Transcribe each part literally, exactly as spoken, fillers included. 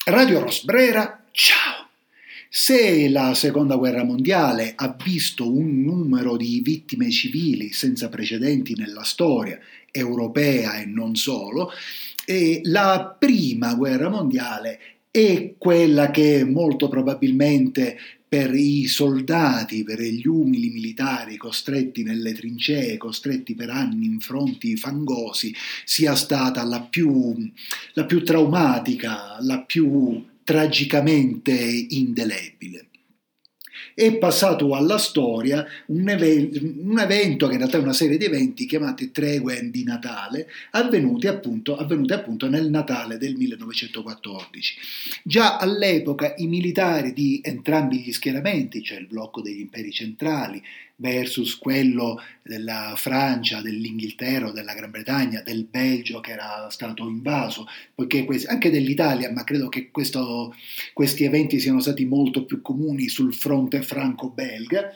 Radio Rosbrera, ciao! Se la seconda guerra mondiale ha visto un numero di vittime civili senza precedenti nella storia europea e non solo, e la prima guerra mondiale è quella che molto probabilmente per i soldati, per gli umili militari costretti nelle trincee, costretti per anni in fronti fangosi, sia stata la più, la più traumatica, la più tragicamente indelebile. È passato alla storia un, eve- un evento che in realtà è una serie di eventi chiamati tregue di Natale, avvenuti appunto, avvenuti appunto nel Natale del millenovecentoquattordici. Già all'epoca i militari di entrambi gli schieramenti, cioè il blocco degli imperi centrali versus quello della Francia, dell'Inghilterra, della Gran Bretagna, del Belgio che era stato invaso, poiché questi, anche dell'Italia, ma credo che questo, questi eventi siano stati molto più comuni sul fronte franco-belga.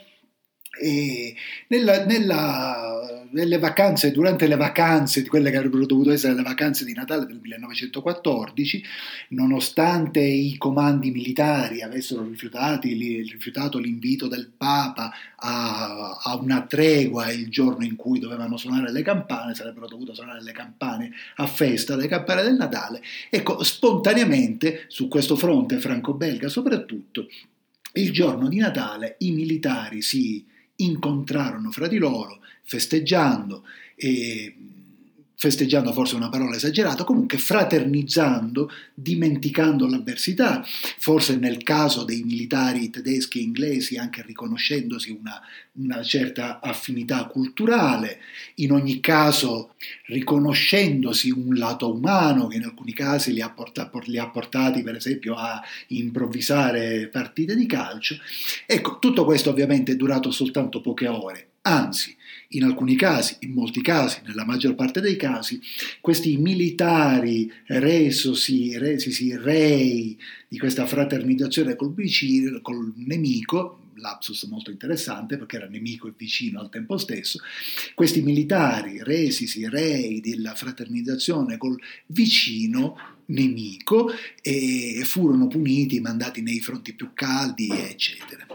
E nella, nella, nelle vacanze, durante le vacanze di quelle che avrebbero dovuto essere le vacanze di Natale del millenovecentoquattordici, nonostante i comandi militari avessero rifiutati, li, rifiutato l'invito del Papa a, a una tregua il giorno in cui dovevano suonare le campane, sarebbero dovute suonare le campane a festa, le campane del Natale, ecco, spontaneamente su questo fronte franco-belga soprattutto, il giorno di Natale i militari si incontrarono fra di loro festeggiando, e festeggiando forse una parola esagerata, comunque fraternizzando, dimenticando l'avversità, forse nel caso dei militari tedeschi e inglesi anche riconoscendosi una, una certa affinità culturale, in ogni caso riconoscendosi un lato umano che in alcuni casi li ha, porta, li ha portati per esempio a improvvisare partite di calcio. Ecco, tutto questo ovviamente è durato soltanto poche ore, anzi in alcuni casi, in molti casi, nella maggior parte dei casi, questi militari resosi, resisi rei di questa fraternizzazione col vicino, col nemico, lapsus molto interessante perché era nemico e vicino al tempo stesso, questi militari resisi rei della fraternizzazione col vicino nemico e furono puniti, mandati nei fronti più caldi, eccetera.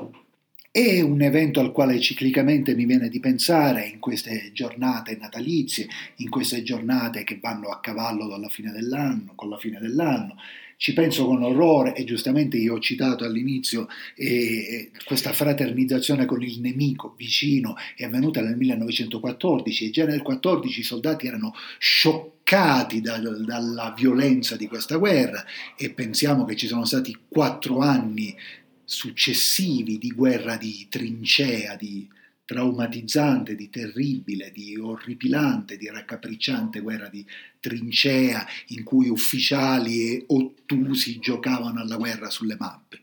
È un evento al quale ciclicamente mi viene di pensare in queste giornate natalizie, in queste giornate che vanno a cavallo dalla fine dell'anno, con la fine dell'anno. Ci penso con orrore e giustamente io ho citato all'inizio eh, questa fraternizzazione con il nemico vicino è avvenuta nel millenovecentoquattordici e già nel quattordici i soldati erano scioccati da, dalla violenza di questa guerra e pensiamo che ci sono stati quattro anni successivi di guerra di trincea, di traumatizzante, di terribile, di orripilante, di raccapricciante guerra di trincea in cui ufficiali e ottusi giocavano alla guerra sulle mappe.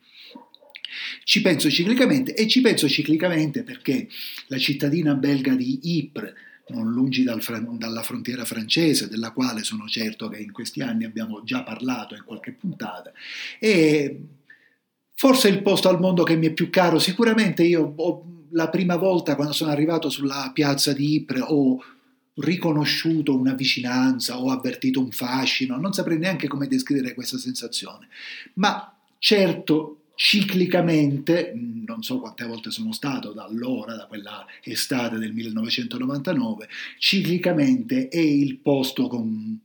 Ci penso ciclicamente e ci penso ciclicamente perché la cittadina belga di Ypres, non lungi dal, dalla frontiera francese, della quale sono certo che in questi anni abbiamo già parlato in qualche puntata, è forse il posto al mondo che mi è più caro. Sicuramente io ho, la prima volta quando sono arrivato sulla piazza di Ypres ho riconosciuto una vicinanza, ho avvertito un fascino, non saprei neanche come descrivere questa sensazione, ma certo ciclicamente, non so quante volte sono stato da allora, da quella estate del millenovecentonovantanove, ciclicamente è il posto con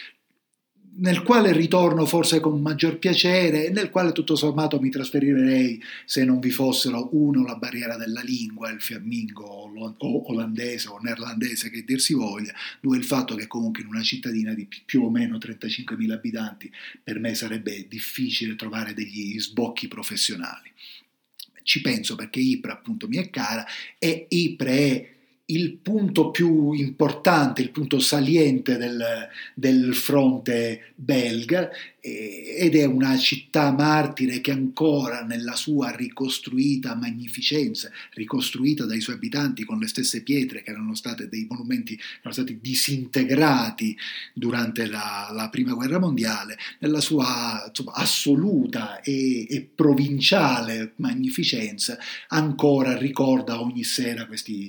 nel quale ritorno forse con maggior piacere e nel quale tutto sommato mi trasferirei se non vi fossero uno la barriera della lingua, il fiammingo o olandese o neerlandese che dir si voglia, due il fatto che comunque in una cittadina di più o meno trentacinquemila abitanti per me sarebbe difficile trovare degli sbocchi professionali. Ci penso perché Ypres appunto mi è cara e Ypres è il punto più importante, il punto saliente del, del fronte belga eh, ed è una città martire che ancora nella sua ricostruita magnificenza, ricostruita dai suoi abitanti con le stesse pietre che erano state dei monumenti, erano stati disintegrati durante la, la prima guerra mondiale, nella sua insomma, assoluta e, e provinciale magnificenza ancora ricorda ogni sera questi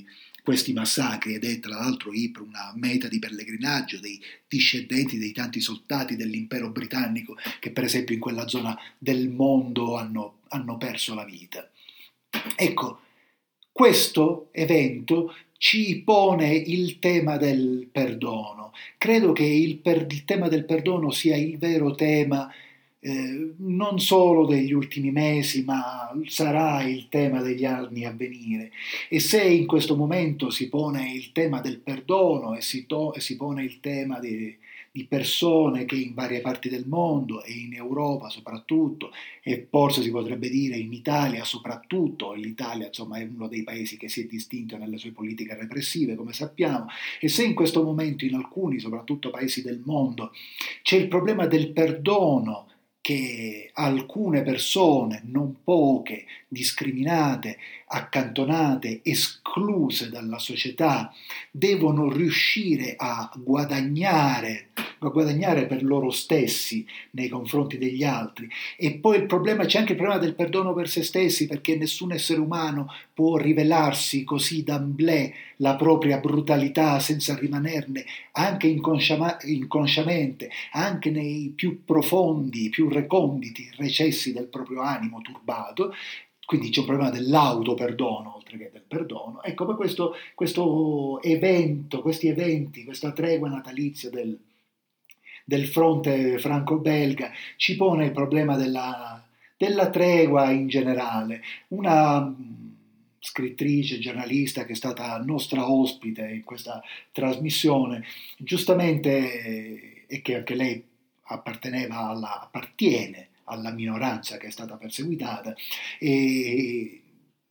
questi massacri, ed è tra l'altro Ypres una meta di pellegrinaggio dei discendenti dei tanti soldati dell'impero britannico che per esempio in quella zona del mondo hanno, hanno perso la vita. Ecco, questo evento ci pone il tema del perdono. Credo che il, per, il tema del perdono sia il vero tema eh, non solo degli ultimi mesi, ma sarà il tema degli anni a venire. E se in questo momento si pone il tema del perdono e si, to- e si pone il tema di, di persone che in varie parti del mondo e in Europa soprattutto, e forse si potrebbe dire in Italia soprattutto, l'Italia insomma è uno dei paesi che si è distinto nelle sue politiche repressive, come sappiamo, e se in questo momento in alcuni, soprattutto paesi del mondo, c'è il problema del perdono che alcune persone, non poche, discriminate, accantonate, escluse dalla società, devono riuscire a guadagnare, a guadagnare per loro stessi nei confronti degli altri. E poi il problema, c'è anche il problema del perdono per se stessi, perché nessun essere umano può rivelarsi così d'amblè la propria brutalità senza rimanerne anche inconsciamente, anche nei più profondi, più reconditi recessi del proprio animo turbato. Quindi c'è un problema dell'autoperdono oltre che del perdono. Ecco, poi questo, questo evento, questi eventi, questa tregua natalizia del, del fronte franco-belga ci pone il problema della, della tregua in generale. Una scrittrice, giornalista che è stata nostra ospite in questa trasmissione, giustamente, e che anche lei apparteneva alla, appartiene alla minoranza che è stata perseguitata, e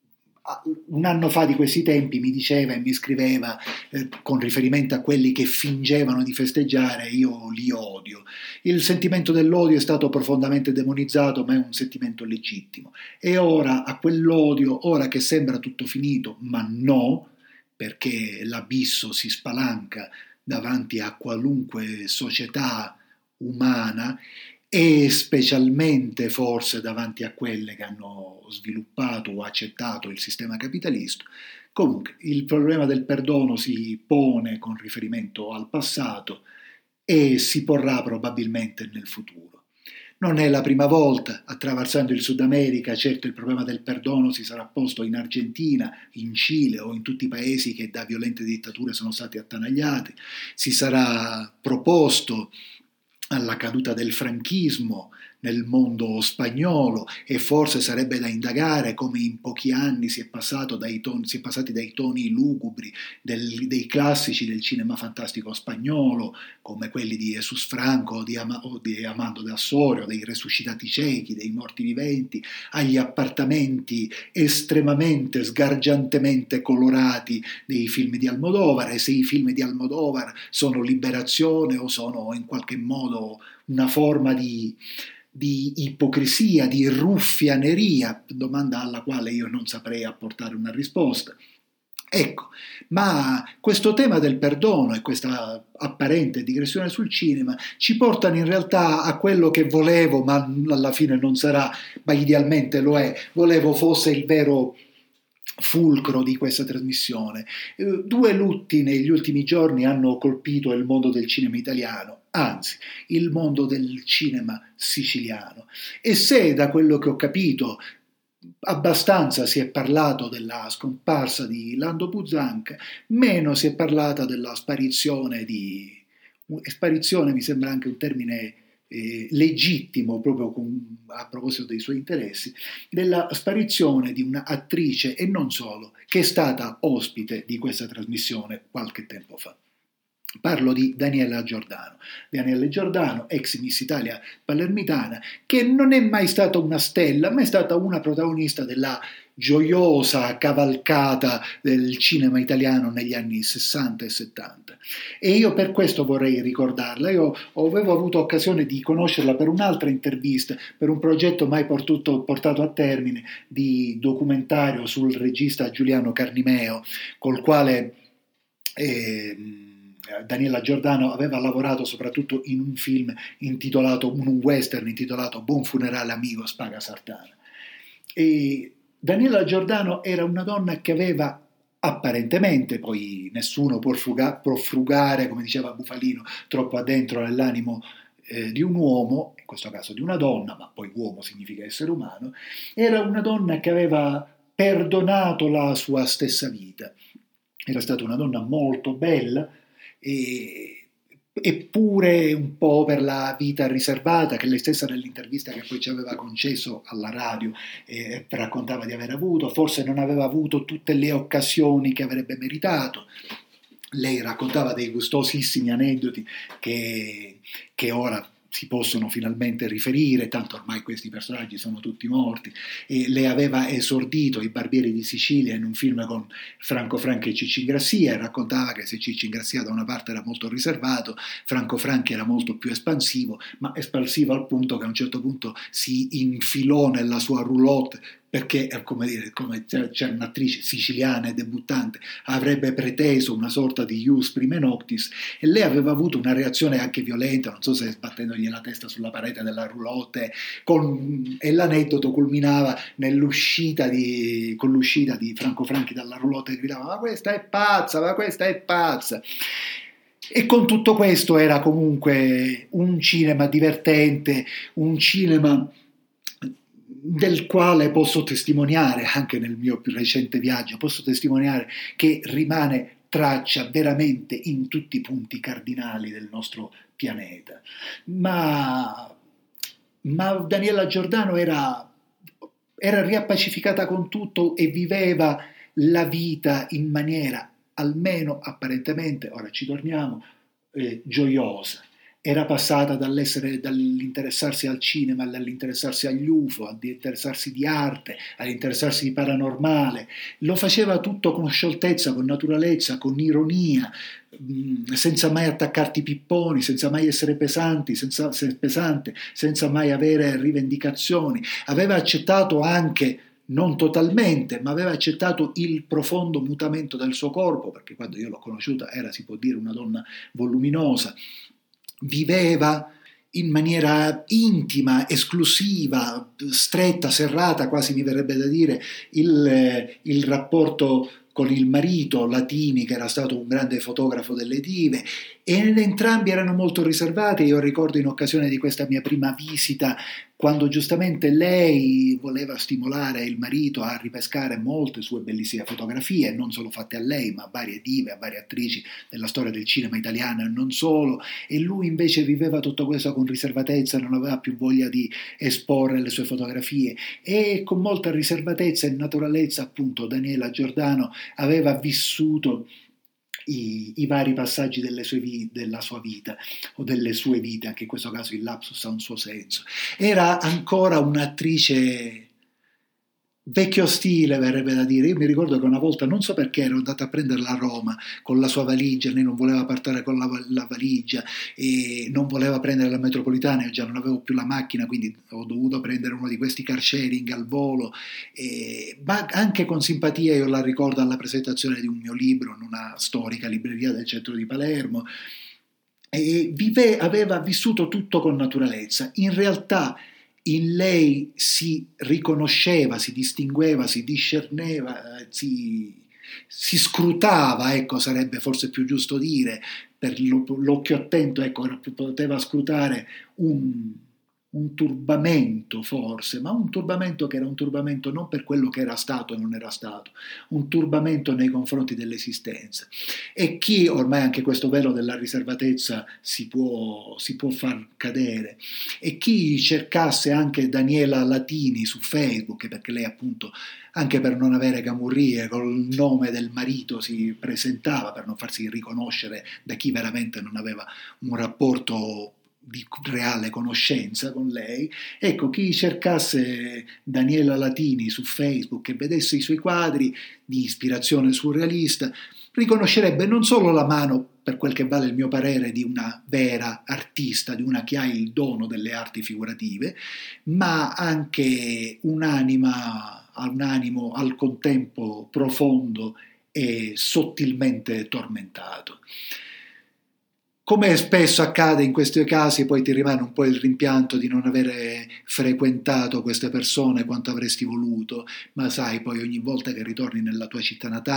un anno fa di questi tempi mi diceva e mi scriveva eh, con riferimento a quelli che fingevano di festeggiare: io li odio. Il sentimento dell'odio è stato profondamente demonizzato, ma è un sentimento legittimo, e ora a quell'odio, ora che sembra tutto finito, ma no, perché l'abisso si spalanca davanti a qualunque società umana, e specialmente forse davanti a quelle che hanno sviluppato o accettato il sistema capitalista. Comunque il problema del perdono si pone con riferimento al passato e si porrà probabilmente nel futuro. Non è la prima volta, attraversando il Sud America, certo il problema del perdono si sarà posto in Argentina, in Cile o in tutti i paesi che da violente dittature sono stati attanagliati, si sarà proposto alla caduta del franchismo nel mondo spagnolo, e forse sarebbe da indagare come in pochi anni si è, passato dai toni, si è passati dai toni lugubri del, dei classici del cinema fantastico spagnolo, come quelli di Jesus Franco o di, Ama, o di Amando de Assorio, dei resuscitati ciechi, dei morti viventi, agli appartamenti estremamente, sgargiantemente colorati dei film di Almodovar. E se i film di Almodovar sono liberazione o sono in qualche modo una forma di di ipocrisia, di ruffianeria, domanda alla quale io non saprei apportare una risposta. Ecco, ma questo tema del perdono e questa apparente digressione sul cinema ci portano in realtà a quello che volevo, ma alla fine non sarà, ma idealmente lo è, volevo fosse il vero fulcro di questa trasmissione. Due lutti negli ultimi giorni hanno colpito il mondo del cinema italiano, anzi il mondo del cinema siciliano, e se da quello che ho capito abbastanza si è parlato della scomparsa di Lando Buzzanca, meno si è parlata della sparizione di sparizione mi sembra anche un termine Eh, legittimo proprio con, a proposito dei suoi interessi, della sparizione di un'attrice e non solo, che è stata ospite di questa trasmissione qualche tempo fa. Parlo di Daniela Giordano. Daniela Giordano, ex Miss Italia palermitana, che non è mai stata una stella, ma è stata una protagonista della gioiosa cavalcata del cinema italiano negli anni sessanta e settanta. E io per questo vorrei ricordarla. Io avevo avuto occasione di conoscerla per un'altra intervista, per un progetto mai portato, portato a termine di documentario sul regista Giuliano Carnimeo, col quale eh, Daniela Giordano aveva lavorato soprattutto in un film intitolato, un western intitolato Buon funerale amigo, Spaga Sartana. E Daniela Giordano era una donna che aveva apparentemente, poi nessuno può, fruga, può frugare, come diceva Bufalino, troppo addentro nell'animo eh, di un uomo, in questo caso di una donna, ma poi uomo significa essere umano, era una donna che aveva perdonato la sua stessa vita. Era stata una donna molto bella, e, eppure un po' per la vita riservata che lei stessa nell'intervista che poi ci aveva concesso alla radio eh, raccontava di aver avuto, forse non aveva avuto tutte le occasioni che avrebbe meritato. Lei raccontava dei gustosissimi aneddoti che, che ora si possono finalmente riferire, tanto ormai questi personaggi sono tutti morti, e lei aveva esordito I Barbieri di Sicilia in un film con Franco Franchi e Ciccio Ingrassia, e raccontava che se Ciccio Ingrassia da una parte era molto riservato, Franco Franchi era molto più espansivo, ma espansivo al punto che a un certo punto si infilò nella sua roulotte, perché come dire, come c'è un'attrice siciliana e debuttante, avrebbe preteso una sorta di ius prime noctis, e lei aveva avuto una reazione anche violenta, non so se sbattendogli la testa sulla parete della roulotte, con, e l'aneddoto culminava nell'uscita di, con l'uscita di Franco Franchi dalla roulotte che gridava ma questa è pazza, ma questa è pazza. E con tutto questo era comunque un cinema divertente, un cinema del quale posso testimoniare, anche nel mio più recente viaggio, posso testimoniare che rimane traccia veramente in tutti i punti cardinali del nostro pianeta. Ma, ma Daniela Giordano era, era riappacificata con tutto e viveva la vita in maniera, almeno apparentemente, ora ci torniamo, eh, gioiosa. Era passata dall'essere, dall'interessarsi al cinema all'interessarsi agli U F O, all'interessarsi di arte, all'interessarsi di paranormale. Lo faceva tutto con scioltezza, con naturalezza, con ironia, senza mai attaccarti i pipponi, senza mai essere pesanti, senza, pesante, senza mai avere rivendicazioni. Aveva accettato anche, non totalmente, ma aveva accettato il profondo mutamento del suo corpo, perché quando io l'ho conosciuta era, si può dire, una donna voluminosa. Viveva in maniera intima, esclusiva, stretta, serrata, quasi mi verrebbe da dire, il, il rapporto con il marito Latini, che era stato un grande fotografo delle dive, e entrambi erano molto riservati. Io ricordo in occasione di questa mia prima visita, quando giustamente lei voleva stimolare il marito a ripescare molte sue bellissime fotografie, non solo fatte a lei, ma a varie dive, a varie attrici della storia del cinema italiano e non solo, e lui invece viveva tutto questo con riservatezza, non aveva più voglia di esporre le sue fotografie, e con molta riservatezza e naturalezza appunto Daniela Giordano aveva vissuto I, i vari passaggi delle sue vi, della sua vita o delle sue vite, anche in questo caso il lapsus ha un suo senso. Era ancora un'attrice vecchio stile, verrebbe da dire. Io mi ricordo che una volta, non so perché, ero andata a prenderla a Roma con la sua valigia, lei non voleva partire con la, la valigia e non voleva prendere la metropolitana, io già non avevo più la macchina, quindi ho dovuto prendere uno di questi car sharing al volo, e, ma anche con simpatia io la ricordo alla presentazione di un mio libro in una storica libreria del centro di Palermo, e vive, aveva vissuto tutto con naturalezza. In realtà in lei si riconosceva, si distingueva, si discerneva, si, si scrutava, ecco, sarebbe forse più giusto dire, per l'occhio attento, ecco, poteva scrutare un, un turbamento forse, ma un turbamento che era un turbamento non per quello che era stato e non era stato, un turbamento nei confronti dell'esistenza. E chi, ormai anche questo velo della riservatezza si può, si può far cadere, e chi cercasse anche Daniela Latini su Facebook, perché lei appunto, anche per non avere camurrie, col nome del marito si presentava, per non farsi riconoscere da chi veramente non aveva un rapporto di reale conoscenza con lei. Ecco, chi cercasse Daniela Latini su Facebook e vedesse i suoi quadri di ispirazione surrealista riconoscerebbe non solo la mano, per quel che vale il mio parere, di una vera artista, di una che ha il dono delle arti figurative, ma anche un'anima, un animo al contempo profondo e sottilmente tormentato. Come spesso accade in questi casi, poi ti rimane un po' il rimpianto di non avere frequentato queste persone quanto avresti voluto, ma sai, poi ogni volta che ritorni nella tua città natale,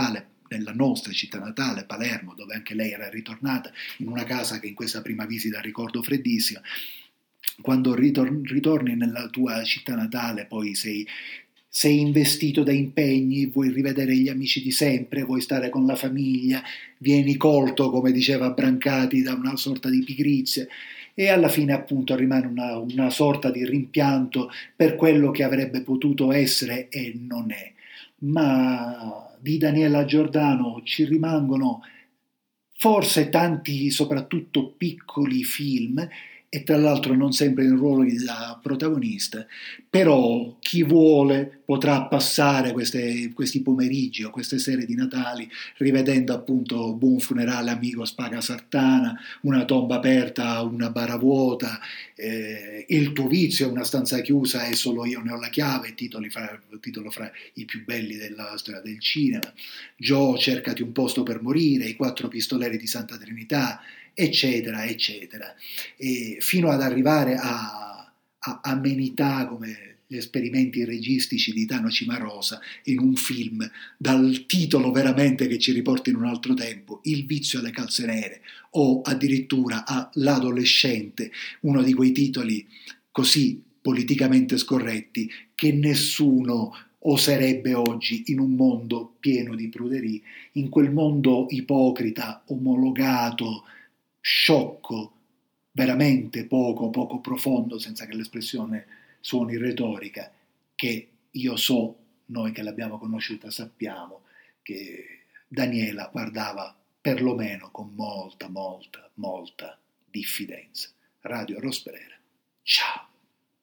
nella nostra città natale, Palermo, dove anche lei era ritornata, in una casa che in questa prima visita ricordo freddissima. Quando ritor- ritorni nella tua città natale, poi sei, sei investito da impegni, vuoi rivedere gli amici di sempre, vuoi stare con la famiglia, vieni colto, come diceva Brancati, da una sorta di pigrizia, e alla fine appunto rimane una, una sorta di rimpianto per quello che avrebbe potuto essere e non è. Ma di Daniela Giordano ci rimangono forse tanti, soprattutto piccoli film, e tra l'altro non sempre in ruolo da protagonista, però chi vuole potrà passare queste, questi pomeriggi o queste sere di Natali rivedendo appunto Buon funerale amico Spaga Sartana, Una tomba aperta, una bara vuota, eh, Il tuo vizio è una stanza chiusa e solo io ne ho la chiave, titoli fra, titolo fra i più belli della storia del cinema, Joe cercati un posto per morire, I quattro pistoleri di Santa Trinità, eccetera, eccetera, e fino ad arrivare a, a amenità come gli esperimenti registici di Tano Cimarosa in un film dal titolo veramente che ci riporta in un altro tempo, Il vizio alle calze nere, o addirittura a L'adolescente, uno di quei titoli così politicamente scorretti che nessuno oserebbe oggi in un mondo pieno di pruderie, in quel mondo ipocrita, omologato, sciocco, veramente poco, poco profondo, senza che l'espressione suoni retorica, che io so, noi che l'abbiamo conosciuta sappiamo, che Daniela guardava perlomeno con molta, molta, molta diffidenza. Radio Rosbrera. Ciao!